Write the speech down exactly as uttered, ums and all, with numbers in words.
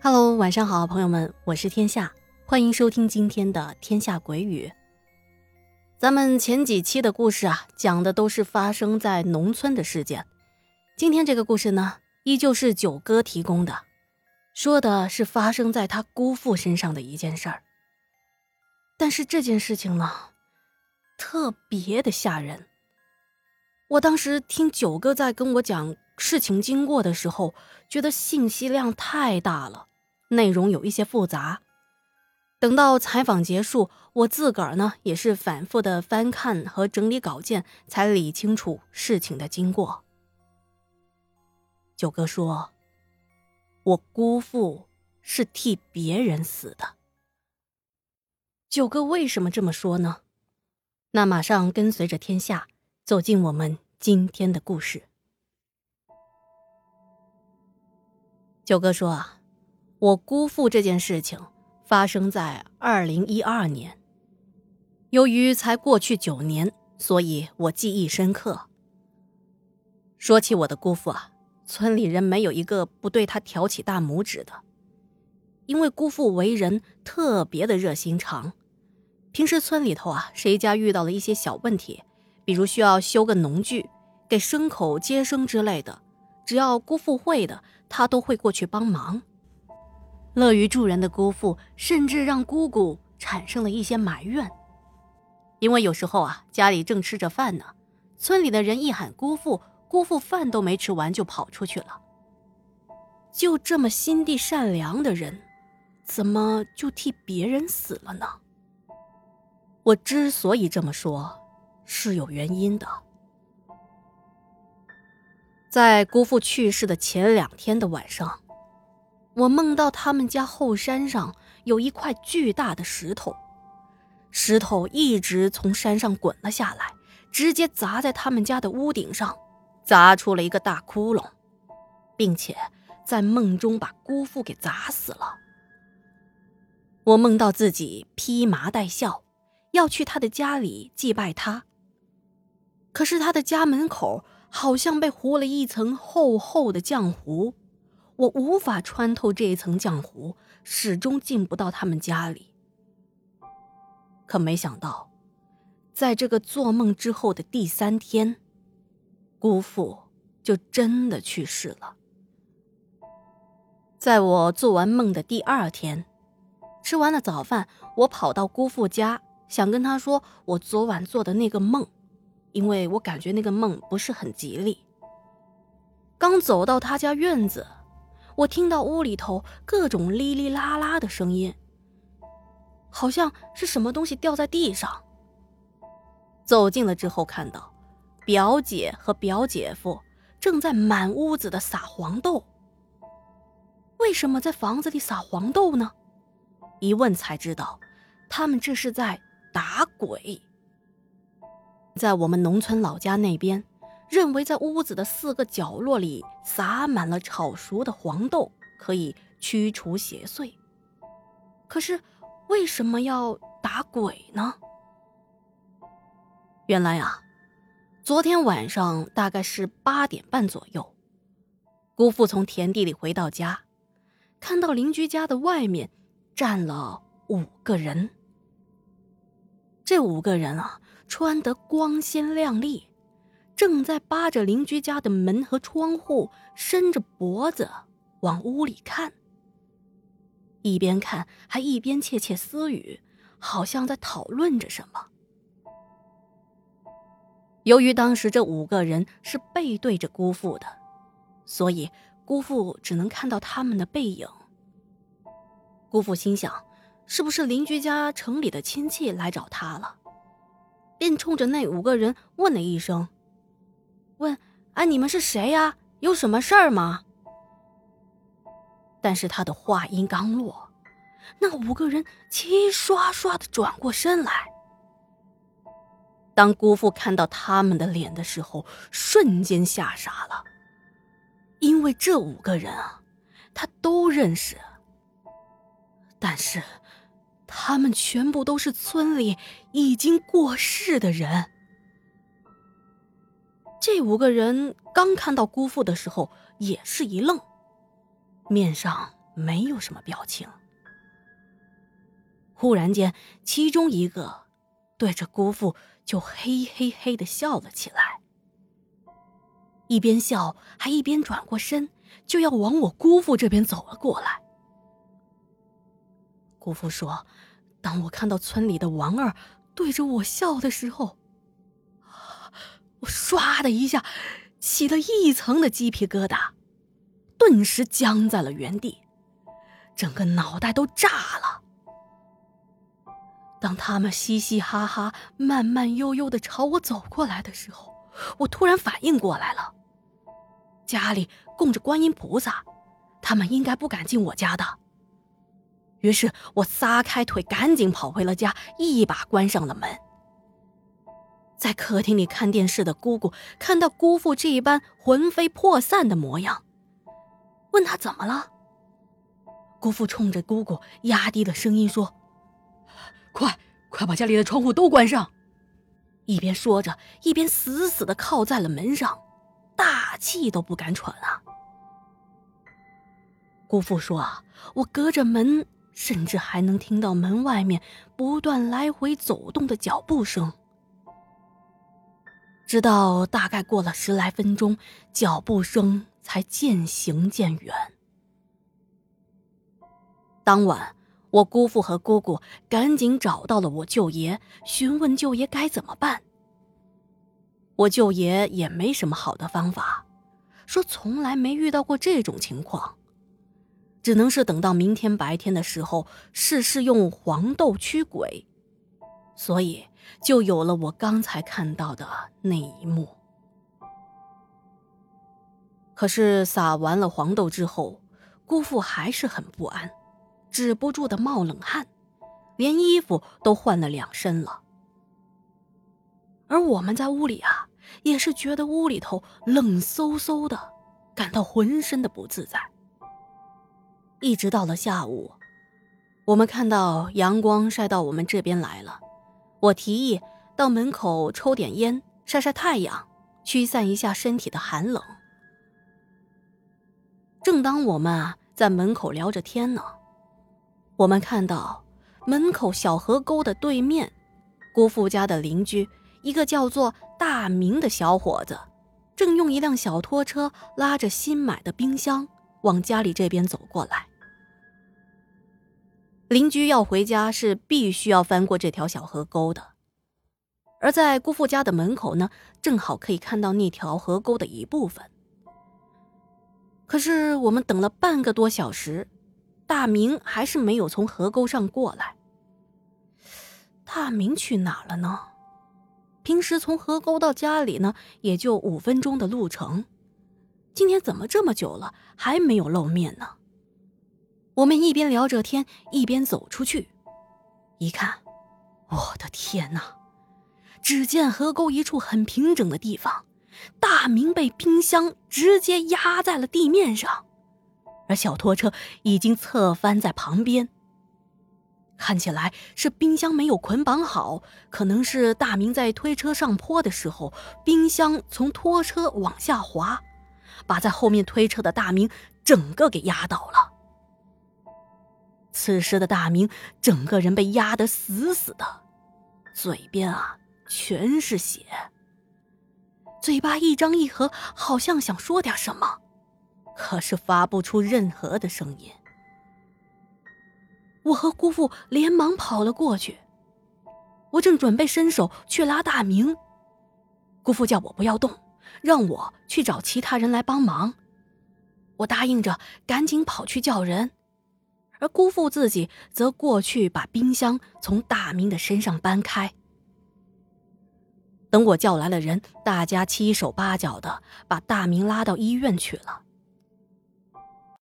Hello， 晚上好，朋友们，我是天下，欢迎收听今天的天下鬼语。咱们前几期的故事啊，讲的都是发生在农村的事件。今天这个故事呢，依旧是九哥提供的，说的是发生在他姑父身上的一件事儿。但是这件事情呢，特别的吓人。我当时听九哥在跟我讲事情经过的时候，觉得信息量太大了，内容有一些复杂。等到采访结束，我自个儿呢也是反复的翻看和整理稿件，才理清楚事情的经过。九哥说，我姑父是替别人死的。九哥为什么这么说呢？那马上跟随着天下走进我们今天的故事。九哥说啊，我姑父这件事情发生在二零一二年。由于才过去九年，所以我记忆深刻。说起我的姑父啊，村里人没有一个不对他挑起大拇指的。因为姑父为人特别的热心肠，平时村里头啊，谁家遇到了一些小问题，比如需要修个农具，给牲口接生之类的，只要姑父会的，他都会过去帮忙。乐于助人的姑父甚至让姑姑产生了一些埋怨，因为有时候啊，家里正吃着饭呢，村里的人一喊姑父，姑父饭都没吃完就跑出去了。就这么心地善良的人，怎么就替别人死了呢？我之所以这么说，是有原因的。在姑父去世的前两天的晚上，我梦到他们家后山上有一块巨大的石头，石头一直从山上滚了下来，直接砸在他们家的屋顶上，砸出了一个大窟窿，并且在梦中把姑父给砸死了。我梦到自己披麻戴孝，要去他的家里祭拜他，可是他的家门口好像被糊了一层厚厚的浆糊，我无法穿透这一层浆糊，始终进不到他们家里。可没想到，在这个做梦之后的第三天，姑父就真的去世了。在我做完梦的第二天，吃完了早饭，我跑到姑父家，想跟他说我昨晚做的那个梦，因为我感觉那个梦不是很吉利。刚走到他家院子，我听到屋里头各种哩哩啦啦的声音，好像是什么东西掉在地上。走近了之后，看到表姐和表姐夫正在满屋子的撒黄豆。为什么在房子里撒黄豆呢？一问才知道，他们这是在打鬼。在我们农村老家那边，认为在屋子的四个角落里撒满了炒熟的黄豆，可以驱除邪祟。可是为什么要打鬼呢？原来啊，昨天晚上大概是八点半左右，姑父从田地里回到家，看到邻居家的外面站了五个人。这五个人啊，穿得光鲜亮丽，正在扒着邻居家的门和窗户，伸着脖子往屋里看。一边看还一边窃窃私语，好像在讨论着什么。由于当时这五个人是背对着姑父的，所以姑父只能看到他们的背影。姑父心想，是不是邻居家城里的亲戚来找他了，便冲着那五个人问了一声，问：哎，你们是谁呀？有什么事儿吗？但是他的话音刚落，那五个人齐刷刷地转过身来。当姑父看到他们的脸的时候，瞬间吓傻了，因为这五个人啊，他都认识，但是他们全部都是村里已经过世的人。这五个人刚看到姑父的时候也是一愣，面上没有什么表情。忽然间，其中一个对着姑父就嘿嘿嘿地笑了起来，一边笑还一边转过身，就要往我姑父这边走了过来。姑父说，当我看到村里的王二对着我笑的时候，我唰的一下起了一层的鸡皮疙瘩，顿时僵在了原地，整个脑袋都炸了。当他们嘻嘻哈哈慢慢悠悠地朝我走过来的时候，我突然反应过来了，家里供着观音菩萨，他们应该不敢进我家的。于是我撒开腿赶紧跑回了家，一把关上了门。在客厅里看电视的姑姑看到姑父这一般魂飞魄散的模样，问他怎么了。姑父冲着姑姑压低了声音说，快快把家里的窗户都关上。一边说着，一边死死地靠在了门上，大气都不敢喘啊。姑父说啊，我隔着门甚至还能听到门外面不断来回走动的脚步声。直到大概过了十来分钟，脚步声才渐行渐远。当晚，我姑父和姑姑赶紧找到了我舅爷，询问舅爷该怎么办。我舅爷也没什么好的方法，说从来没遇到过这种情况，只能是等到明天白天的时候试试用黄豆驱鬼，所以就有了我刚才看到的那一幕。可是撒完了黄豆之后，姑父还是很不安，止不住的冒冷汗，连衣服都换了两身了。而我们在屋里啊，也是觉得屋里头冷飕飕的，感到浑身的不自在。一直到了下午，我们看到阳光晒到我们这边来了，我提议到门口抽点烟，晒晒太阳，驱散一下身体的寒冷。正当我们啊在门口聊着天呢，我们看到门口小河沟的对面，姑父家的邻居一个叫做大明的小伙子，正用一辆小拖车拉着新买的冰箱往家里这边走过来。邻居要回家是必须要翻过这条小河沟的，而在姑父家的门口呢，正好可以看到那条河沟的一部分。可是我们等了半个多小时，大明还是没有从河沟上过来。大明去哪了呢？平时从河沟到家里呢，也就五分钟的路程，今天怎么这么久了还没有露面呢？我们一边聊着天，一边走出去，一看，我的天哪！只见河沟一处很平整的地方，大明被冰箱直接压在了地面上，而小拖车已经侧翻在旁边。看起来是冰箱没有捆绑好，可能是大明在推车上坡的时候，冰箱从拖车往下滑，把在后面推车的大明整个给压倒了。此时的大明整个人被压得死死的，嘴边啊全是血，嘴巴一张一合，好像想说点什么，可是发不出任何的声音。我和姑父连忙跑了过去，我正准备伸手去拉大明，姑父叫我不要动，让我去找其他人来帮忙。我答应着赶紧跑去叫人，而姑父自己则过去把冰箱从大明的身上搬开。等我叫来了人，大家七手八脚的把大明拉到医院去了。